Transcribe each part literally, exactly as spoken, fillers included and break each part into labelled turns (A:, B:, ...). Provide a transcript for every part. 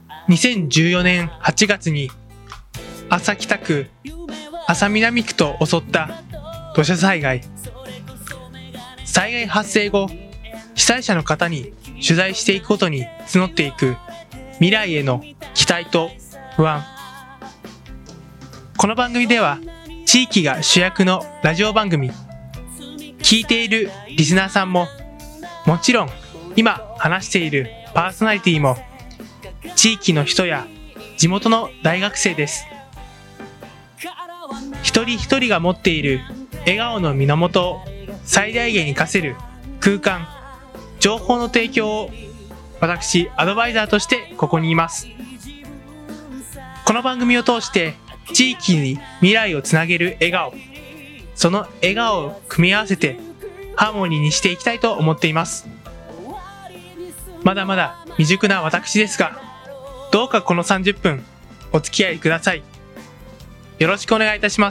A: にせんじゅうよねんはちがつに安佐北区安佐南区と襲った土砂災害。災害発生後、被災者の方に取材していくことに募っていく未来への期待と不安。この番組では地域が主役のラジオ番組、聞いているリスナーさんももちろん今話しているパーソナリティも地域の人や地元の大学生です。一人一人が持っている笑顔の源を最大限に活かせる空間、情報の提供を私アドバイザーとしてここにいます。この番組を通して地域に未来をつなげる笑顔、その笑顔を組み合わせてハーモニーにしていきたいと思っています。まだまだ未熟な私ですが、どうかこのさんじゅっぷんお付き合いください。よろしくお願いいたします。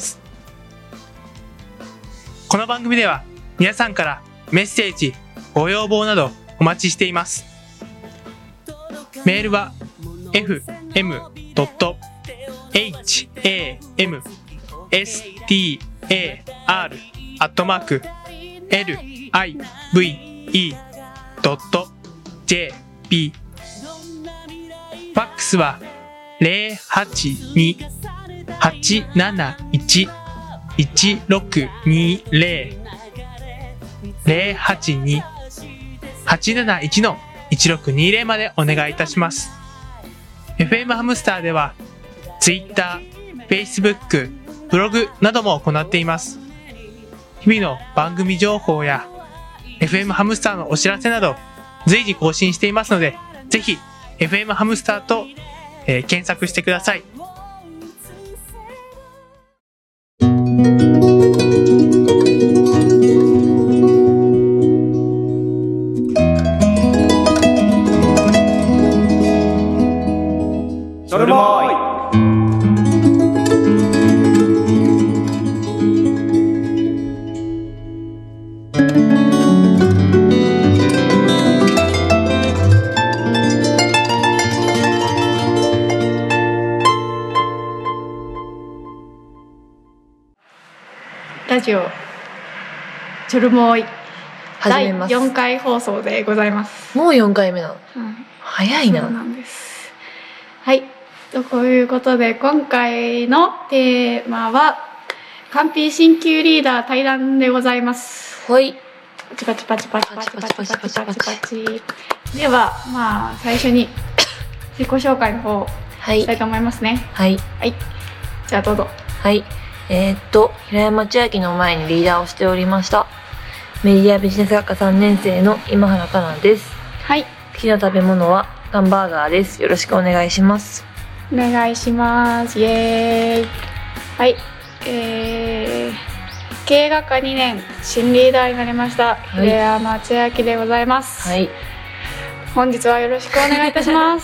A: この番組では皆さんからメッセージ、ご要望などお待ちしています。メールは エフエムドットエイチエーエムエスティーエーアール アットマーク エルアイブイイー ドット ジェーピー。ファックスは ゼロはちに はちなないち いちろくにゼロ ゼロはちに はちなないち のいちろくにゼロまでお願いいたします。 エフエム ハムスターでは Twitter、Facebook、ブログなども行っています。日々の番組情報や エフエム ハムスターのお知らせなど随時更新していますので、ぜひ エフエム ハムスターと、えー、検索してください。
B: それもーい。
C: ラジオチョルモーイ
D: 始めます。
C: だいよんかい放送でございます。
D: もうよんかいめなの、
C: はい、
D: 早いな。
C: そうなんです。はい、とこういうことで今回のテーマはカンピー鍼灸リーダー対談でございます。
D: はい。
C: パチパチパチパチパチパチパチパチパチパチ。ではまあ最初に自己紹介の方をしたいと思いますね。
D: はい。
C: はい。じゃあどうぞ。
D: はい。えー、っと平山千秋の前にリーダーをしておりましたメディアビジネス学科さんねん生の今原香奈です。
C: はい。
D: 好きな食べ物はハンバーガーです。よろしくお願いします。
C: お願いします。イエーイ。はい。えー、経営学科にねん新リーダーになりました、はい、平山千秋でございます。
D: はい。
C: 本日はよろしくお願いいたします。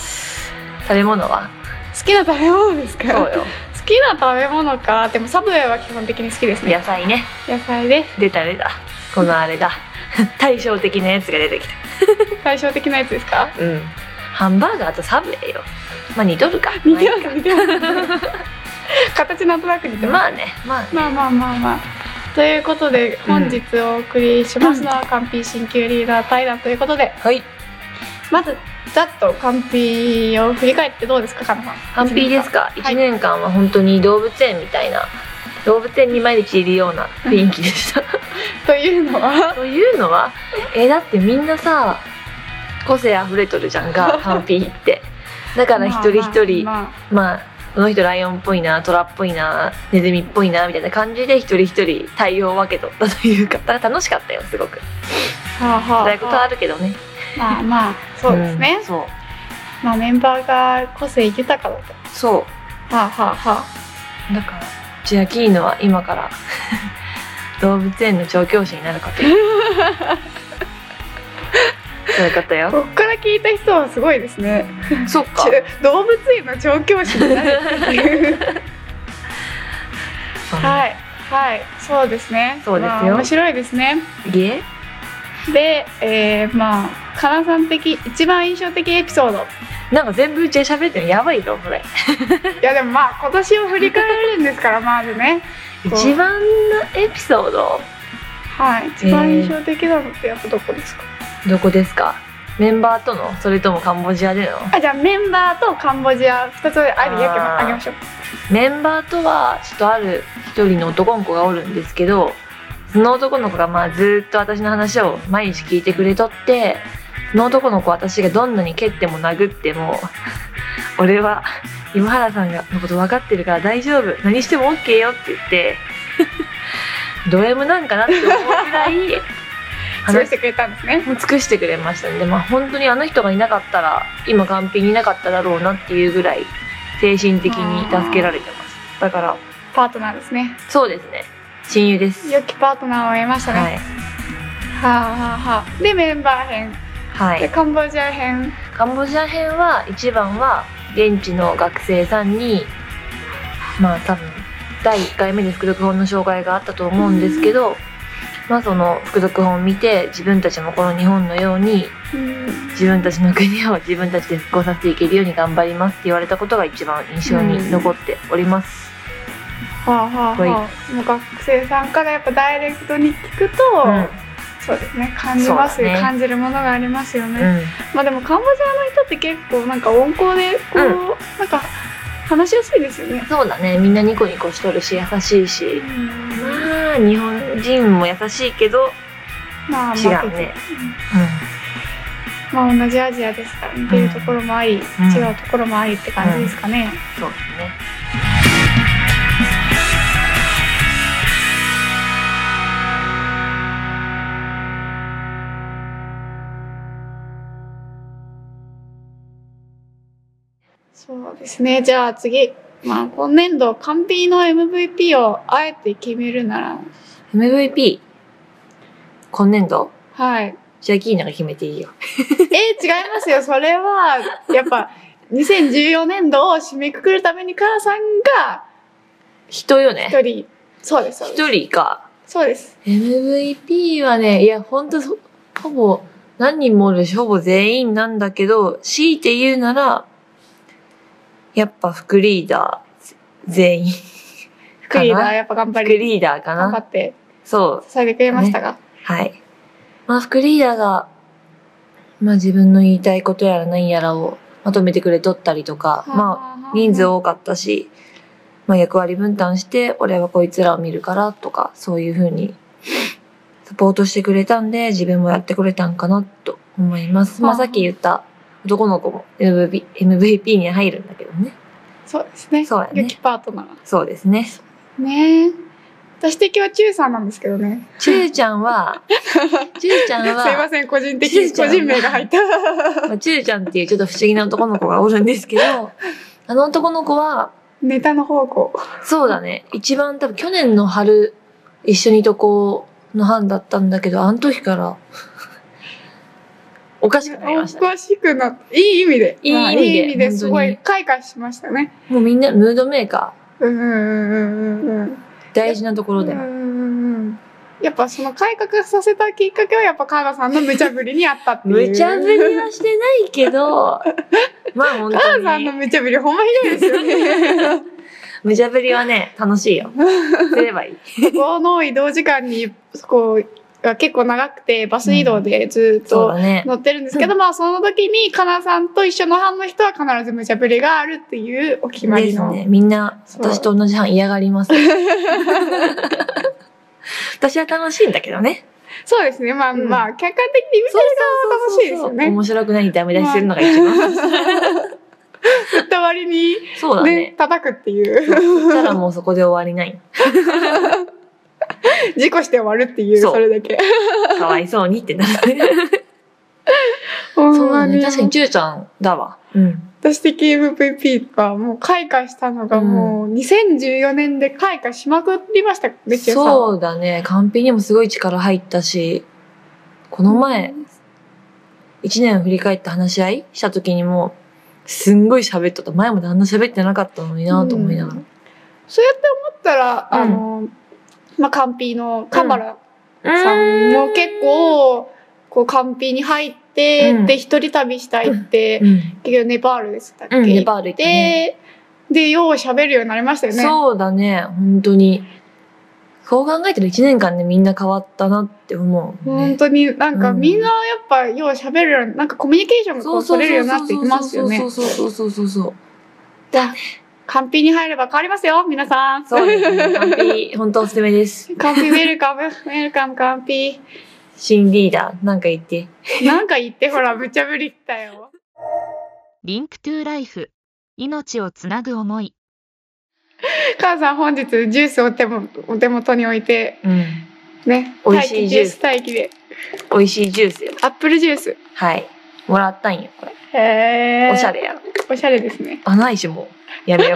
D: 食べ物は
C: 好きな食べ物ですか？
D: そうよ。
C: 好きな食べ物か。でもサブウェイは基本的に好きですね。
D: 野菜ね。
C: 野菜です。
D: 出た出た。このあれだ。対照的なやつが出てきた。
C: 対照的なやつですか？
D: うん。ハンバーガーとサブウェイよ。まあ似とるか。
C: 似てます似てます。形なんとなく似てます。
D: まあね。まあね。
C: まあまあまあまあ。ということで本日お送りしますのは、うん、カンピー鍼灸リーダー対談ということで。
D: はい。
C: まずざっとカンピーを振り返ってどうですか、かなさん。
D: カンピーですか。いちねんかんは本当に動物園みたいな、動物園に毎日いるような雰囲気でした
C: というのは
D: というのはえだってみんなさ個性あふれとるじゃんかカンピーってだから一人一人まあ、まあまあ、この人ライオンっぽいな、トラっぽいな、ネズミっぽいなみたいな感じで一人一人対応を分けとったというか、だから楽しかったよすごく。
C: はあはあ、
D: 辛いことはあるけどね。
C: まあまあそうですね、うん、そう、まあ、メンバーが個性豊かだと。
D: そう、
C: はあはあは
D: あ、だから千秋のは今から動物園の調教師になるかというそういうことよ。
C: こっから聞いた人はすごいですね。
D: そっか、
C: 動物園の調教師になるっていうはいはい、そうですね。
D: そうですよ、
C: まあ、面白いですね。
D: いえ
C: で、えー、まあかなさん的一番印象的エピソード。
D: なんか全部うちで喋ってるのやばいぞこれ。
C: いやでもまあ今年を振り返れるんですからまずね。
D: 一番のエピソード。
C: はい、一番印象的なのってやっぱどこですか？
D: どこですか？メンバーとの、それともカンボジアでの？
C: あ、じゃあメンバーとカンボジアふたつあり
D: あー
C: あげましょう。
D: メンバーとはちょっとある一人の男の子がおるんですけど、その男の子がまあずっと私の話を毎日聞いてくれとって、その男の子は私がどんなに蹴っても殴っても俺は今原さんがのこと分かってるから大丈夫、何しても OK よって言ってド M なんかなって思うぐらい
C: 尽くしてくれたんですね。
D: もう尽くしてくれましたんで、まあ本当にあの人がいなかったら今完璧にいなかっただろうなっていうぐらい精神的に助けられてます。だから
C: パートナーですね。
D: そうですね、親友です。
C: 良きパートナーを得ましたね。
D: はい、
C: はあはあはあ。でメンバー編、で
D: はい、
C: カンボジア編。
D: カンボジア編は一番は現地の学生さんにまあ多分だいいっかいめで副読本の紹介があったと思うんですけど、まあその副読本を見て自分たちもこの日本のように
C: うん
D: 自分たちの国を自分たちで復興させていけるように頑張りますって言われたことが一番印象に残っております。
C: はあはあはあ。もう学生さんからやっぱダイレクトに聞くと、
D: うん
C: そうですね、感じますよ、
D: そうだね、
C: 感じるものがありますよね。
D: うん
C: まあでもカンボジアの人って結構なんか温厚でこう、
D: うん
C: なんか話しやすいですよね。
D: そうだね、みんなニコニコしとるし優しいし、まあ日本人も優しいけど
C: まあ
D: 違うね。
C: まあ同じアジアですから似てるところもあり、
D: ん
C: 違うところもありって感じですかね。
D: うん、そうですね。
C: そうですね。じゃあ次、まあ今年度カンピーの エムブイピー をあえて決めるなら、
D: エムブイピー 今年度
C: はい。
D: じゃあキーナが決めていいよ。
C: えー、違いますよ。それはやっぱにせんじゅうよねんどを締めくくるためにカラさんが
D: 人よね。
C: 一人、そうですそうです。
D: 一人か。
C: そうです。
D: エムブイピー はね、いやほんとほぼ何人もおるしほぼ全員なんだけど、強いて言うならやっぱ副リーダー全員
C: 副リーダーやっぱ頑張り
D: 副リーダーかな。
C: 頑張って
D: そう
C: 支えてくれましたが、ね、
D: はい。まあ副リーダーがまあ自分の言いたいことやら何やらをまとめてくれとったりとか、まあ人数多かったし、まあ役割分担して俺はこいつらを見るからとか、そういう風にサポートしてくれたんで自分もやってくれたんかなと思います。まあさっき言った男の子も エムブイピー に入るんだけどね。
C: そうですね。
D: そうやね。
C: 良きパートナー。
D: そうですね。
C: ねえ。私的はチューさんなんですけどね。
D: チューちゃんは、チューちゃんは、
C: すいません、個人的に個人名が入った。
D: まあ、チューちゃんっていうちょっと不思議な男の子がおるんですけど、あの男の子は、
C: ネタの方向。
D: そうだね。一番多分去年の春、一緒にいとこの班だったんだけど、あの時から、おかしくなりました、ね。
C: おかしくなって、いい意味で。
D: いい意味で。
C: いい意味ですごい開花しましたね。
D: もうみんなムードメーカ
C: ー。うんうんうんうんうん。
D: 大事なところで。
C: うんうんうん。やっぱその改革させたきっかけはやっぱカーラさんの無茶ぶりにあったっていう。
D: 無茶ぶりはしてないけど、まあ本当に。
C: カーラさんの無茶ぶりほんまひどいですよね。
D: 無茶ぶりはね、楽しいよ。すればいい。
C: そこの移動時間に、こう、が結構長くて、バス移動でずっと乗ってるんですけど、うんね、まあその時に、かなさんと一緒の班の人は必ず無茶ぶりがあるっていうお決まりの。
D: ですね。みんな、私と同じ班嫌がります。私は楽しいんだけどね。
C: そうですね。まあ、うん、まあ、客観的に見てる側は楽しいですよね。
D: 面白くないダメ出しするのが一番。まあ
C: 振った割に、
D: そうだね。
C: 叩くっていう。
D: 振ったらもうそこで終わりない。
C: 事故して終わるっていう、それだけ。
D: かわいそうにってなる。そうだね。確かに、ちゅうちゃんだわ。うん。
C: 私的 エムブイピー がもう開花したのがもうにせんじゅうよねんで開花しまくりましたね、ちゅうさん。
D: そうだね。完璧にもすごい力入ったし、この前、いちねん振り返って話し合いした時にも、すんごい喋っとった。前まであんな喋ってなかったのになと思いながら。うん、
C: そうやって思ったら、うん、あの、まあ、カンピーのカマラさんも結構、 こうカンピに入って、うん、で一人旅したいって、うん、結局ネパールでしたっけ、
D: うん、ネパール行って、ね、
C: ででよう喋るようになりましたよね。
D: そうだね、本当にそう考えたらいちねんかんでみんな変わったなって思う、ね、
C: 本当になんかみんなやっぱよう喋るようになんかコミュニケーションがこう取れるようになってきますよね。
D: そうそうそうそうそうそう
C: だカンピに入れば変わりますよ、皆さん。
D: そうですね。カンピ、本当おすすめです。
C: カンピウェルカム、ウェルカムカンピ。
D: 新リーダー、なんか言って。
C: なんか言って、ほら、無茶ぶりったよ。
B: リンクトゥーライフ、命をつなぐ思い。
C: 母さん、本日ジュースを手もお手元に置いて、うん、ね、
D: 美味しいジュース。
C: 待機で。
D: 美味しいジュースよ。
C: アップルジュース。
D: はい。もらったんよ、これ。
C: へー。
D: おしゃれやろ。
C: おしゃれですね。
D: あ、ないしもう。やめよう。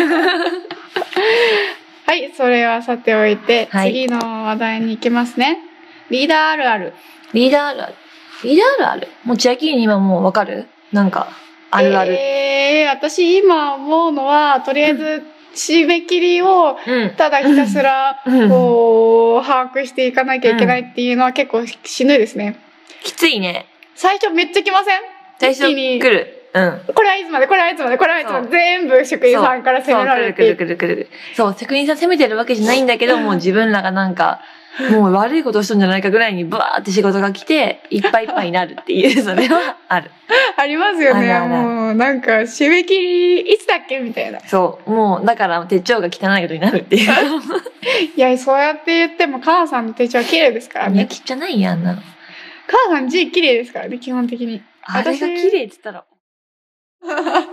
C: はい、それはさておいて、はい、次の話題に行きますね。リーダーあるある。
D: リーダーあるある。リーダーあるある。もう千秋に今もうわかる？なんか、あるある。
C: えー、私今思うのは、とりあえず、締め切りを、ただひたすら、こう、把握していかなきゃいけないっていうのは結構しんどいですね。
D: きついね。
C: 最初めっちゃ来ません？
D: 最初来る。うん。
C: これはいつまで、これはいつまで、これはいつまで、全部職員さんから責められて。
D: そう、くるくるくるくる。そう、職員さん責めてるわけじゃないんだけど、もう自分らがなんか、もう悪いことをしたんじゃないかぐらいにブワーって仕事が来て、いっぱいいっぱいになるっていう、それはある。
C: ありますよね。あらあらもう、なんか、締め切り、いつだっけみたいな。
D: そう。もう、だから手帳が汚いことになるっていう。
C: いや、そうやって言っても、母さんの手帳は綺麗ですからね。いや、
D: 汚いやんなの。
C: 母さん字綺麗ですからね、基本的に。
D: あれが綺麗って言ったら。い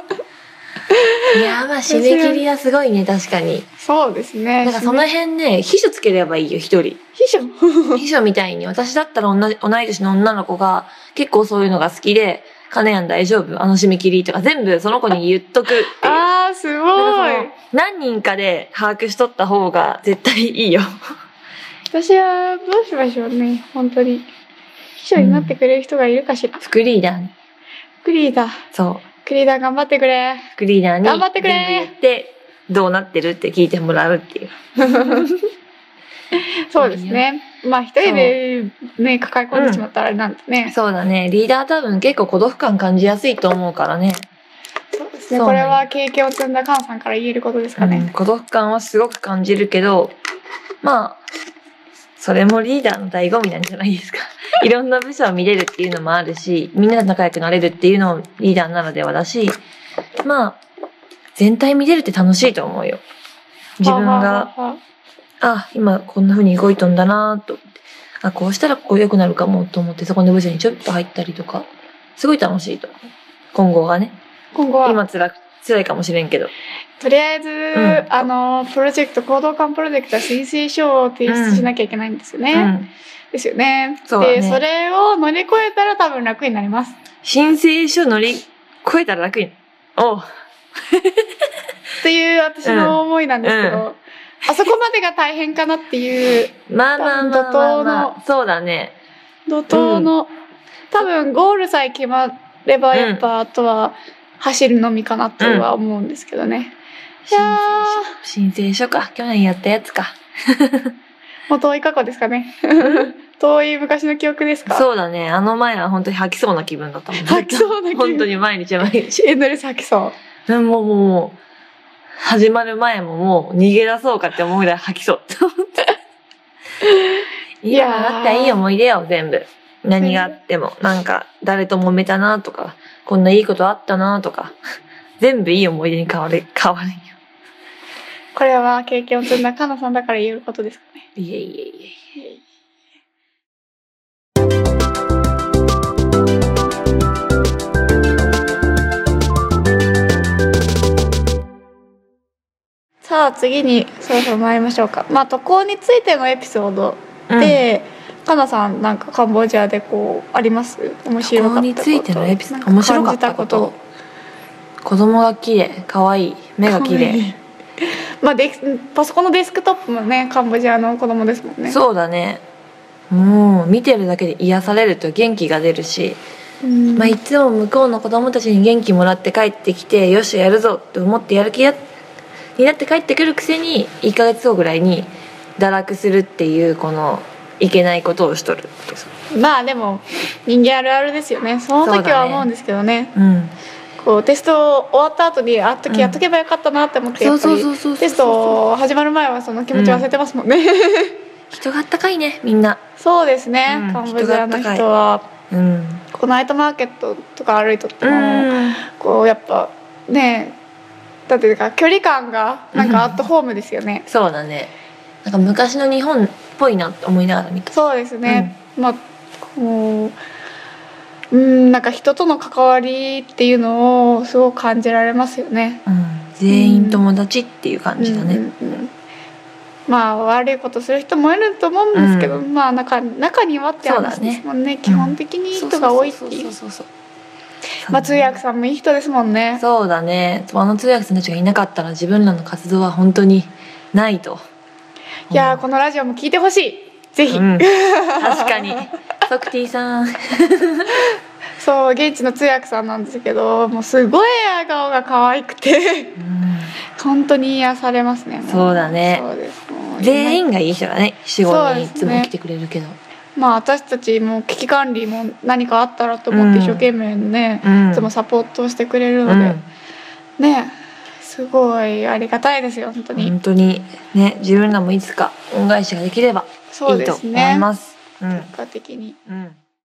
D: や、まあ、締め切りはすごいね、確かに。
C: そうですね。
D: なんかその辺ね、秘書つければいいよ、一人。
C: 秘書
D: 秘書みたいに、私だったら同じ、同い年の女の子が、結構そういうのが好きで、金やん大丈夫？あの締め切りとか全部その子に言っとくっていう。
C: あー、すごい。
D: 何人かで把握しとった方が絶対いいよ。
C: 私は、どうしましょうね、本当に。秘書になってくれる人がいるかしら。
D: 副リーダー。
C: 副リーダー。
D: そう。
C: 副リーダー頑張ってくれ。
D: 副リーダーに
C: 頑張ってくれ。
D: 言ってどうなってるって聞いてもらうっていう。
C: そうですね。まあ一人でね抱え込んでしまったらあれなんですね、
D: うん。そうだね。リーダー多分結構孤独感感じやすいと思うからね。
C: そうですね。これは経験を積んだカンさんから言えることですかね。
D: うん、孤独感はすごく感じるけど、まあそれもリーダーの醍醐味なんじゃないですか。いろんな部署を見れるっていうのもあるし、みんなで仲良くなれるっていうのもリーダーならではだし、まあ、全体見れるって楽しいと思うよ。自分が、あ、今こんな風に動いとんだなと思って、あ、こうしたらここ良くなるかもと思って、そこの部署にちょっと入ったりとか、すごい楽しいと思う。今後がね。
C: 今後は。
D: 今辛く、辛いかもしれんけど。
C: とりあえず、うん、あの、プロジェクト、行動感プロジェクトは申請書を提出しなきゃいけないんですよね。うんうんですよね。そうね。で、それを乗り越えたら多分楽になります。
D: 申請書乗り越えたら楽に、おう。
C: っていう私の思いなんですけど、うんうん、あそこまでが大変かなっていう。
D: まあまあまあまあ、まあ、そうだね。
C: 怒涛の、うん、多分ゴールさえ決まればやっぱ、あとは走るのみかなとは思うんですけどね。
D: うん、いや申請書か。去年やったやつか。
C: もう遠い過去ですかね。遠い昔の記憶ですか？
D: そうだね。あの前は本当に吐きそうな気分だったもん。
C: 吐きそうな気分。
D: 本当に毎日毎日。
C: エンドレス吐きそう。
D: でももう、もう、始まる前ももう逃げ出そうかって思うぐらい吐きそう。いやー、だっていい思い出よ、全部。何があっても。なんか、誰と揉めたなとか、こんないいことあったなとか、全部いい思い出に変わる、変わるんよ。
C: これは経験を積んだカナさんだから言えることですかね。
D: いえいえいえいえ。
C: さあ次にそろそろ参りましょうか。まあ渡航についてのエピソードで、うん、かなさんなんかカンボジアでこうあります？面白かったこと。渡航についてのエピソード。面白かったこと。
D: 子供が綺麗、可愛い、目が綺麗。
C: まあデパソコンのデスクトップもねカンボジアの子供ですもんね。
D: そうだね。もう見てるだけで癒されると元気が出るし、うん、まあいつも向こうの子供たちに元気もらって帰ってきてよしやるぞって思ってやる気やになって帰ってくるくせにいっかげつごぐらいに堕落するっていうこのいけないことをしとる。
C: まあでも人間あるあるですよね。その時は思うんですけどね。
D: うん、
C: こうテスト終わった後にあっ時やっとけばよかったなって思って、やっぱりテスト始まる前はその気持ち忘れてますもんね、うん、
D: 人があったかいねみんな。
C: そうですね、うん、カンボジアの人は、うん、こうナイトマーケットとか歩いとっても、うん、こうやっぱねだってか距離感がなんかアットホームですよね、
D: うん、そうだね。なんか昔の日本っぽいなって思いながら見た。
C: そうですね、うん、まあこううんなんか人との関わりっていうのをすごく感じられますよね、
D: うん、全員友達っていう感じだね、
C: うんうんうん、まあ悪いことする人もいると思うんですけど、うん、まあ中中にはって話ですもん ね, ね基本的にいい人が多いっていう。まあ通訳さんもいい人ですもんね。
D: そうだね。あの通訳さんたちがいなかったら自分らの活動は本当にないと。
C: いやこのラジオも聞いてほしいぜひ、うん、
D: 確かにソクティさん
C: そう現地の通訳さんなんですけどもうすごい笑顔が可愛くて、うん、本当に癒されますね。
D: そうだね。そうです。もう全員がいい人だね。仕事にいつも来てくれるけど、ね、
C: まあ私たちも危機管理も何かあったらと思って一生懸命ね、うん、いつもサポートしてくれるので、うん、ねすごいありがたいですよ本当に。
D: 本当にね自分らもいつか恩返しができればいいと思います。
C: 結果的に、うん、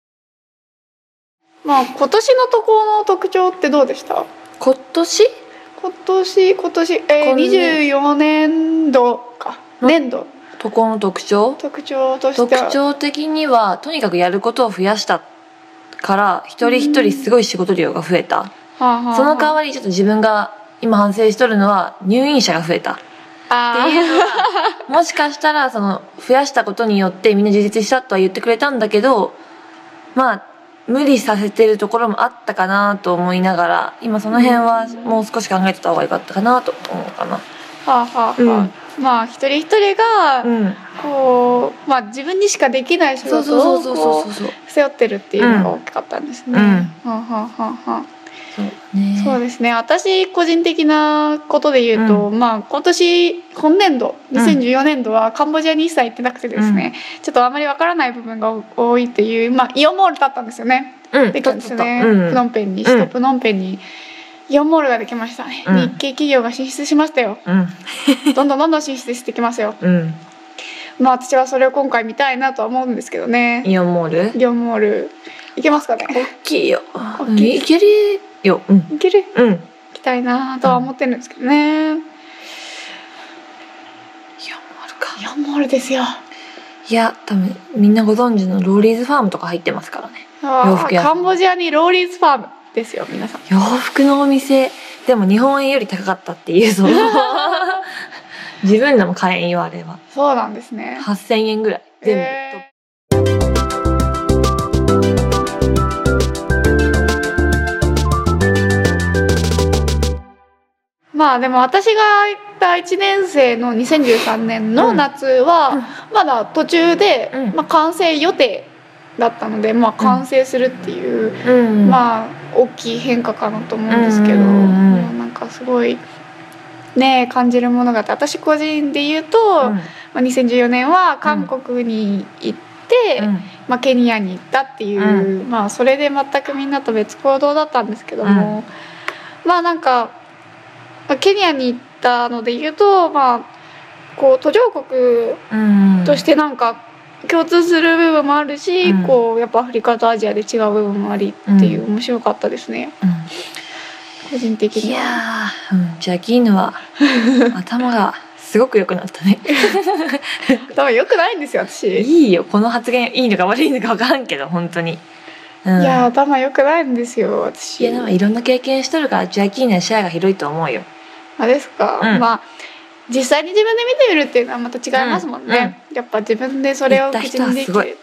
C: まあ今年の渡航の特徴ってどうでした？
D: 今年
C: 今年今年えー、にじゅうよねんどか年度
D: 渡航の特徴
C: 特徴としては
D: 特徴的にはとにかくやることを増やしたから一人一人すごい仕事量が増えた、うん、その代わりちょっと自分が今反省しとるのは入院者が増えたっていうのはもしかしたらその増やしたことによってみんな充実したとは言ってくれたんだけどまあ無理させてるところもあったかなと思いながら今その辺はもう少し考えてた方がよかったかなと思うかな。は
C: あはあはあ、うん、まあ一人一人がこう、まあ、自分にしかできない仕事をこう背負ってるっていうのが大きかったんですね。うん、はあはあはあはあそうね、そうですね。私個人的なことで言うと、うん、まあ今年今年度にせんじゅうよねんどはカンボジアに一切行ってなくてですね、うん、ちょっとあまりわからない部分が多いという、まあイオンモールだったんですよね。うん、できたんですね。うん、プノンペンに首都プノンペンにイオンモールができましたね。うん、日系企業が進出しましたよ。うん、どんどんどんどん進出してきますよ。うん、まあ私はそれを今回見たいなとは思うんですけどね。
D: イオンモール？
C: イオンモール行けますかね。
D: 大きいよ。大きい。行けるよ。うん。
C: 行ける。うん。行きたいなとは思ってるんですけどね。イオンモール
D: か。
C: イオンモールですよ。
D: いや多分みんなご存知のローリーズファームとか入ってますからね。
C: 洋服屋。カンボジアにローリーズファームですよ皆さん。
D: 洋服のお店でも日本円より高かったっていうその自分らも買えんよあれは。
C: そうなんですね。
D: はっせんえんぐらい全部。えー
C: まあでも私が行ったいちねんせいのにせんじゅうさんねんの夏はまだ途中で、まあ、完成予定だったので、まあ、完成するっていう、うん、まあ大きい変化かなと思うんですけど、まあ、なんかすごいね感じるものがあって私個人で言うと、うんまあ、にせんじゅうよねんは韓国に行って、うんまあ、ケニアに行ったっていう、うんまあ、それで全くみんなと別行動だったんですけども、うん、まあなんかケニアに行ったので言うと、まあ、こう途上国としてなんか共通する部分もあるし、うん、こうやっぱアフリカとアジアで違う部分もありっていう、うん、面白かったですね、うん、個人的には。
D: いやー、うん、じゃあギーヌは頭がすごく良くなったね
C: 頭良くないんですよ私。
D: いいよこの発言いいのか悪いのか分からんけど本当に。
C: うん、いや頭良くないんですよ私。
D: いやでもいろんな経験しとるからジャキーナは視野が広いと思うよ。
C: あですか、うん、まあ実際に自分で見てみるっていうのはまた違いますもんね、うんうん、やっぱ自分でそれを口にできる。うん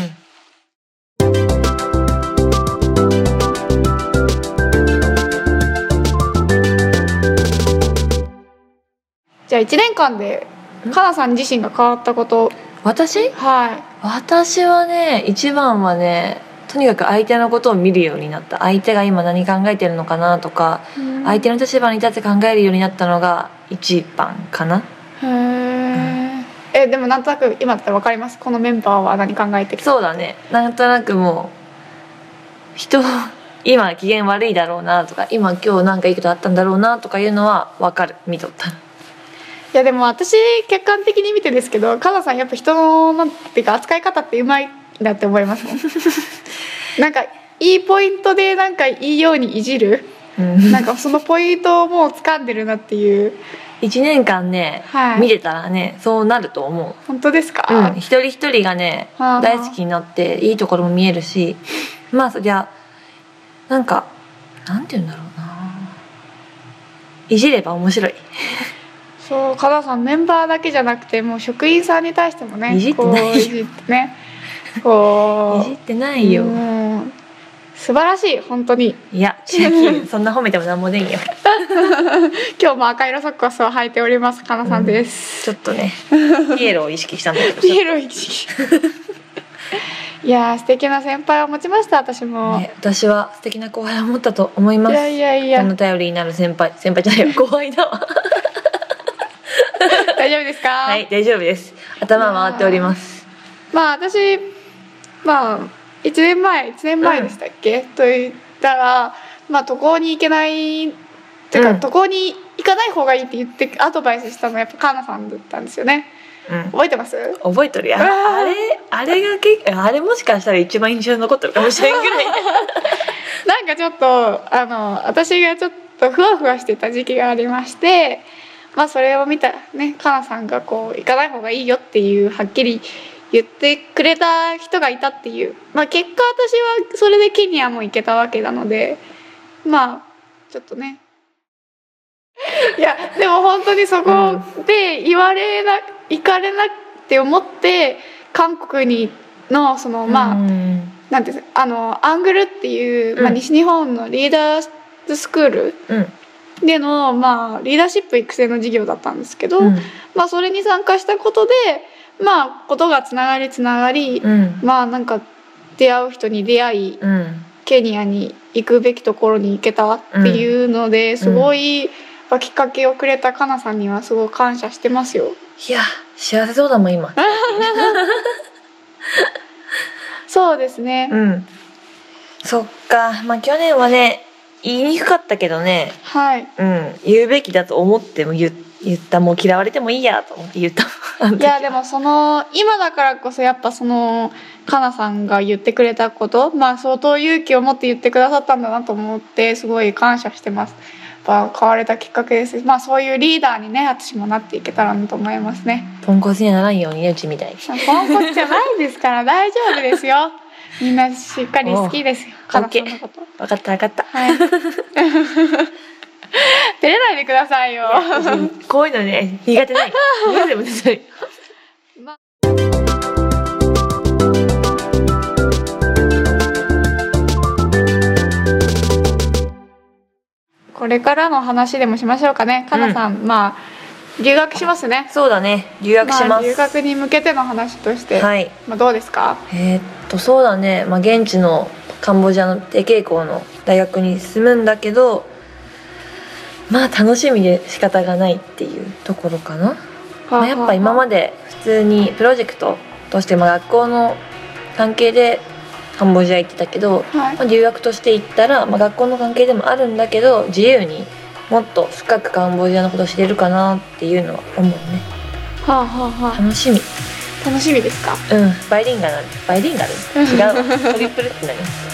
C: じゃあいちねんかんでかなさん自身が変わったこと。
D: 私？
C: はい。
D: 私はね一番はねとにかく相手のことを見るようになった。相手が今何考えてるのかなとか、うん、相手の立場に立って考えるようになったのが一番かな。
C: へー、うん、 えでもなんとなく今だったら分かります？このメンバーは何考えてきた？
D: そうだね、なんとなくもう人今機嫌悪いだろうなとか、今今日なんかいいことあったんだろうなとかいうのは分かる、見とったら。
C: いやでも私客観的に見てですけど、かなさんやっぱ人のなんていうか扱い方ってうまいなって思いますもんなんかいいポイントでなんかいいようにいじる、うん、なんかそのポイントをもう掴んでるなっていう。
D: いちねんかんね、はい、見てたらねそうなると思う。
C: 本当ですか？
D: うん、一人一人がね大好きになっていいところも見えるし、まあそりゃなんかなんて言うんだろうな、いじれば面白い
C: そう、加田さんメンバーだけじゃなくてもう職員さんに対してもね、
D: いじってないよ、
C: いじってねこ
D: ういじってないよ、
C: うん素晴らしい本当に。
D: いや千秋そんな褒めてもなんもねんよ
C: 今日も赤色ソックスを履いておりますかなさんです、
D: うん、ちょっとねピエロを意識したんだけど
C: ピエロを意識いや素敵な先輩を持ちました私も、
D: ね、私は素敵な後輩を持ったと思います。
C: いやいやいや、
D: この頼りになる先輩先輩じゃないよ後輩だわ
C: 大丈夫ですか？
D: はい大丈夫です、頭回っております。
C: まあ私まあいちねんまえいちねんまえでしたっけ、うん、と言ったらまあ渡航に行けないっていうか、うん、渡航に行かない方がいいって言ってアドバイスしたのはやっぱカーナさんだったんですよね、うん、覚えてます？
D: 覚えとるやあれあれがけあれもしかしたら一番印象に残ってるかもしれんぐらい
C: なんかちょっとあの私がちょっとふわふわしてた時期がありまして、まあそれを見たねカナさんがこう行かない方がいいよっていうはっきり言ってくれた人がいたっていう、まあ結果私はそれでケニアも行けたわけなので、まあちょっとねいやでも本当にそこで言われな行かれなって思って韓国にのそのまあ、うん、なんていうあのアングルっていう、うんまあ、西日本のリーダーズスクール、うん、での、まあ、リーダーシップ育成の授業だったんですけど、うんまあ、それに参加したことでまあことがつながりつながり、うん、まあなんか出会う人に出会い、うん、ケニアに行くべきところに行けたっていうので、うん、すごい、うん、きっかけをくれたかなさんにはすごい感謝してますよ。
D: いや幸せそうだもん今
C: そうですね、
D: うん、そっか。まあ去年はね言いにくかったけどね、
C: はい、
D: うん、言うべきだと思っても 言, 言ったもう嫌われてもいいやと思って言った
C: いやでもその今だからこそやっぱそのかなさんが言ってくれたことまあ相当勇気を持って言ってくださったんだなと思ってすごい感謝してます。やっぱ変われたきっかけです。まあそういうリーダーにね私もなっていけたらなと思いますね。
D: ポンコツにならんようにねうちみたいに。
C: ポンコツじゃないですから大丈夫ですよ。みんなしっかり好きですよ。かなさんのこと。
D: 分かった分かった。
C: はい。照れないでくださいよ。
D: いこういうのね苦手ない。苦手もない。ま
C: これからの話でもしましょうかね。かなさん、うん、まあ留学しますね。
D: そうだね留学します、
C: まあ、留学に向けての話として、はいまあ、どうですか？
D: えー、っとそうだね、まあ、現地のカンボジアの定型校の大学に進むんだけどまあ楽しみで仕方がないっていうところかな。はあまあ、やっぱ今まで普通にプロジェクトとして、まあ、学校の関係でカンボジア行ってたけど、はいまあ、留学として行ったら、まあ、学校の関係でもあるんだけど自由にもっと深くカンボジアのことを知れるかなっていうのは思うね。
C: はあはあはあ、
D: 楽しみ
C: 楽しみですか？
D: うんバイリンガルバイリンガル違うわトリプルって何？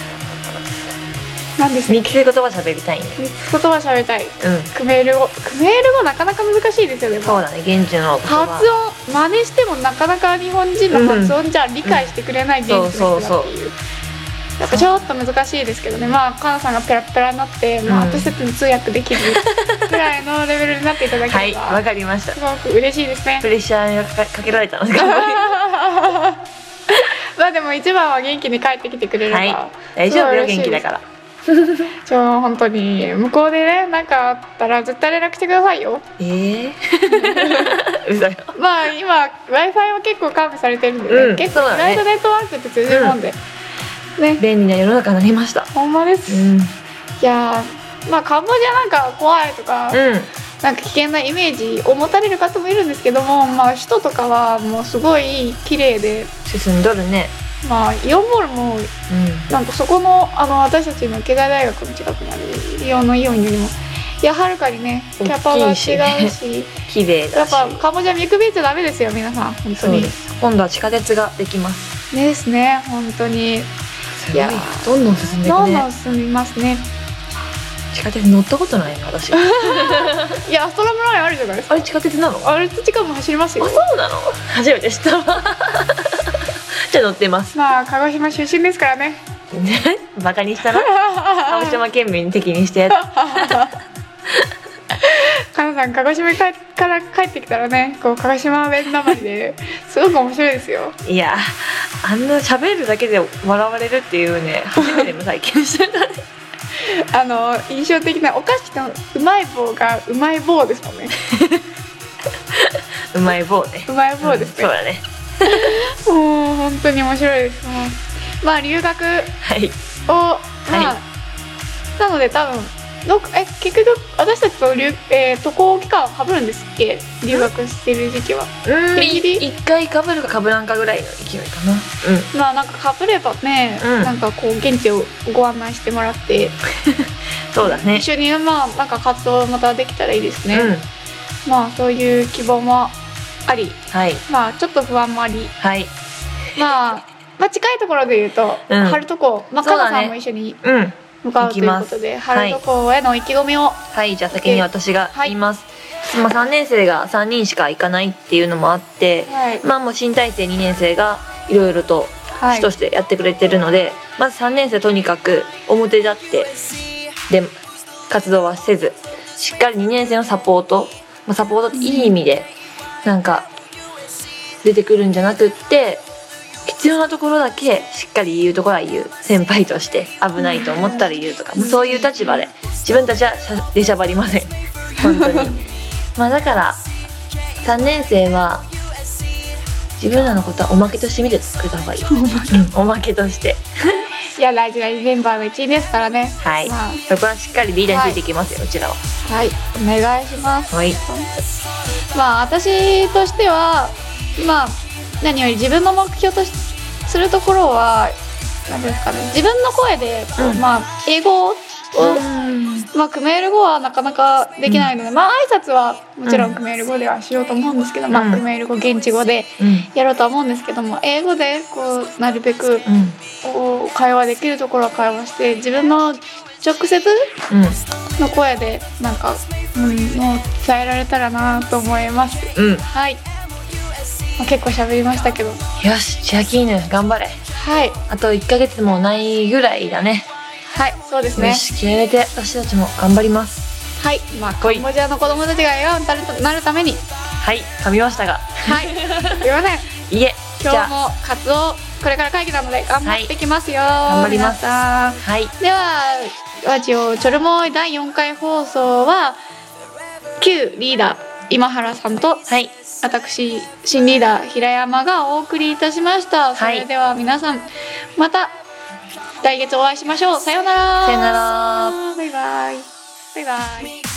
C: 何ですか？
D: ミックス言葉喋りたいね。
C: ミックス言葉喋りたい。うん。クメール語クメール語なかなか難しいですよね。
D: そうだね現地の
C: 発音真似してもなかなか日本人の発音じゃ理解してくれない現地の人だっていう。やっぱちょっと難しいですけどね。まあかなさんがペラペラになって、まあ、私たちに通訳できるぐらいのレベルになっていただければ
D: はいわかりました。
C: すごく嬉しいですね。
D: プレッシャーがかけられたので
C: まあでも一番は元気に帰ってきてくれれば、はい、
D: 大丈夫よ元気だから
C: ちょ本当に向こうでね何かあったら絶対連絡してくださいよ。
D: えー、嘘よ。
C: まあ今 Wi-Fi は結構完備されてるんでね、うん、結構意外とネットワークって通じるもんで、
D: うんね、便利な世の中になりました。
C: ほんまです、うん、いやまあカンボジアなんか怖いとか、うん、 なんか危険なイメージを持たれる方もいるんですけども、まあ、首都とかはもうすごい綺麗で
D: 進んどるね。
C: まあ、イオンモールも、うん、なんかそこの、あの私たちの経済大学の近くにあるイオンのイオンよりもいやはるかにねキャパが違うし、
D: ね、綺麗だし、
C: やっぱカンボジア見くびっちゃダメですよ皆さん本当に。
D: 今度は地下鉄ができます。
C: ですね本当に。
D: いやどんどん進んでいくね。
C: どんどん進みますね。
D: 地下鉄乗ったことないの私。い
C: やアストラムラインあるじゃないですか。
D: あれ地下鉄なの？
C: あれ地下も走りますよ。
D: あそうなの？初めて知ったわ。じゃあ乗ってます。
C: まあ鹿児島出身ですからね。
D: バカにしたな。鹿児島県民的にしてやつ。
C: かなさん鹿児島から帰ってきたらねこう鹿児島弁なまりですごく面白いですよ。
D: いやあんな喋るだけで笑われるっていうね初めての体験してたね。
C: あの印象的なお菓子のうまい棒がうまい棒ですもんね。
D: うまい棒ね。
C: うまい棒ですね。
D: うん、そうだね。
C: もう本当に面白いです。もうまあ留学を、
D: はい、
C: まあ、
D: はい、
C: なので多分どえ結局私たちと、えー、渡航期間は被るんですっけ留学してる時期は。
D: うん一回被るか被らんかぐらいの勢いかな。
C: うん、まあなんか被ればね、うん、なんかこう現地をご案内してもらって
D: そうだね
C: 一緒にまあなんか活動またできたらいいですね。うん、まあそういう希望もあり、
D: はい、
C: まあちょっと不安もあり、
D: はい、
C: まあ、まあ近いところで言うと、うん、春渡航、まあかなさんも一緒に、うん向かうということで春渡航への意気込みを。
D: はい、じゃあ先に私が言います。はい、まあさんねん生がさんにんしか行かないっていうのもあって、はい、まあもう新体制にねん生がいろいろと主としてやってくれてるので、はい、まずさんねん生とにかく表立ってで活動はせずしっかりにねん生のサポート、まあ、サポートっていい意味でなんか出てくるんじゃなくって必要なところだけしっかり言うところは言う、先輩として危ないと思ったら言うとか、そういう立場で自分たちは出しゃばりません本当に。まあだからさんねん生は自分らのことはおまけとして見てくれた方がいい。おまけとして
C: いや大事なメンバーの一員ですからね。
D: はい、まあ、そこはしっかりリーダーについていきますよ、はい、うちらは。
C: はい、お願いします。
D: はい、
C: まあ私としてはまあ何より自分の目標とするところは何ですかね、自分の声でこう、うん、まあ英語を、うんまあ、クメール語はなかなかできないので、うん、まあ挨拶はもちろんクメール語ではしようと思うんですけど、うん、まあクメール語現地語でやろうとは思うんですけども、英語でこうなるべくこう会話できるところは会話して自分の直接の声でなんか、うん、もう伝えられたらなと思います。
D: うん、
C: はい。まあ、結構喋りましたけど。
D: よし、ジャキーヌ頑張れ。
C: はい。
D: あといっかげつもないぐらいだね。
C: はい、そうですね。
D: よし、気合い入れて私たちも頑張ります。
C: はい、まあカンボジアの子供たちが笑顔になるために。
D: はい、噛みましたが。
C: はい。すいません。
D: いえ、
C: 今日も活動これから会議なので頑張っていきますよ。
D: はい、頑張ります。
C: は
D: い。
C: ではラジオチョルモイだいよんかい放送は旧リーダー今原さんと。
D: はい。
C: 私新リーダー平山がお送りいたしました。それでは皆さん、はい、また来月お会いしましょう。さようなら。
D: さようなら。
C: バイバイ。バイバイ。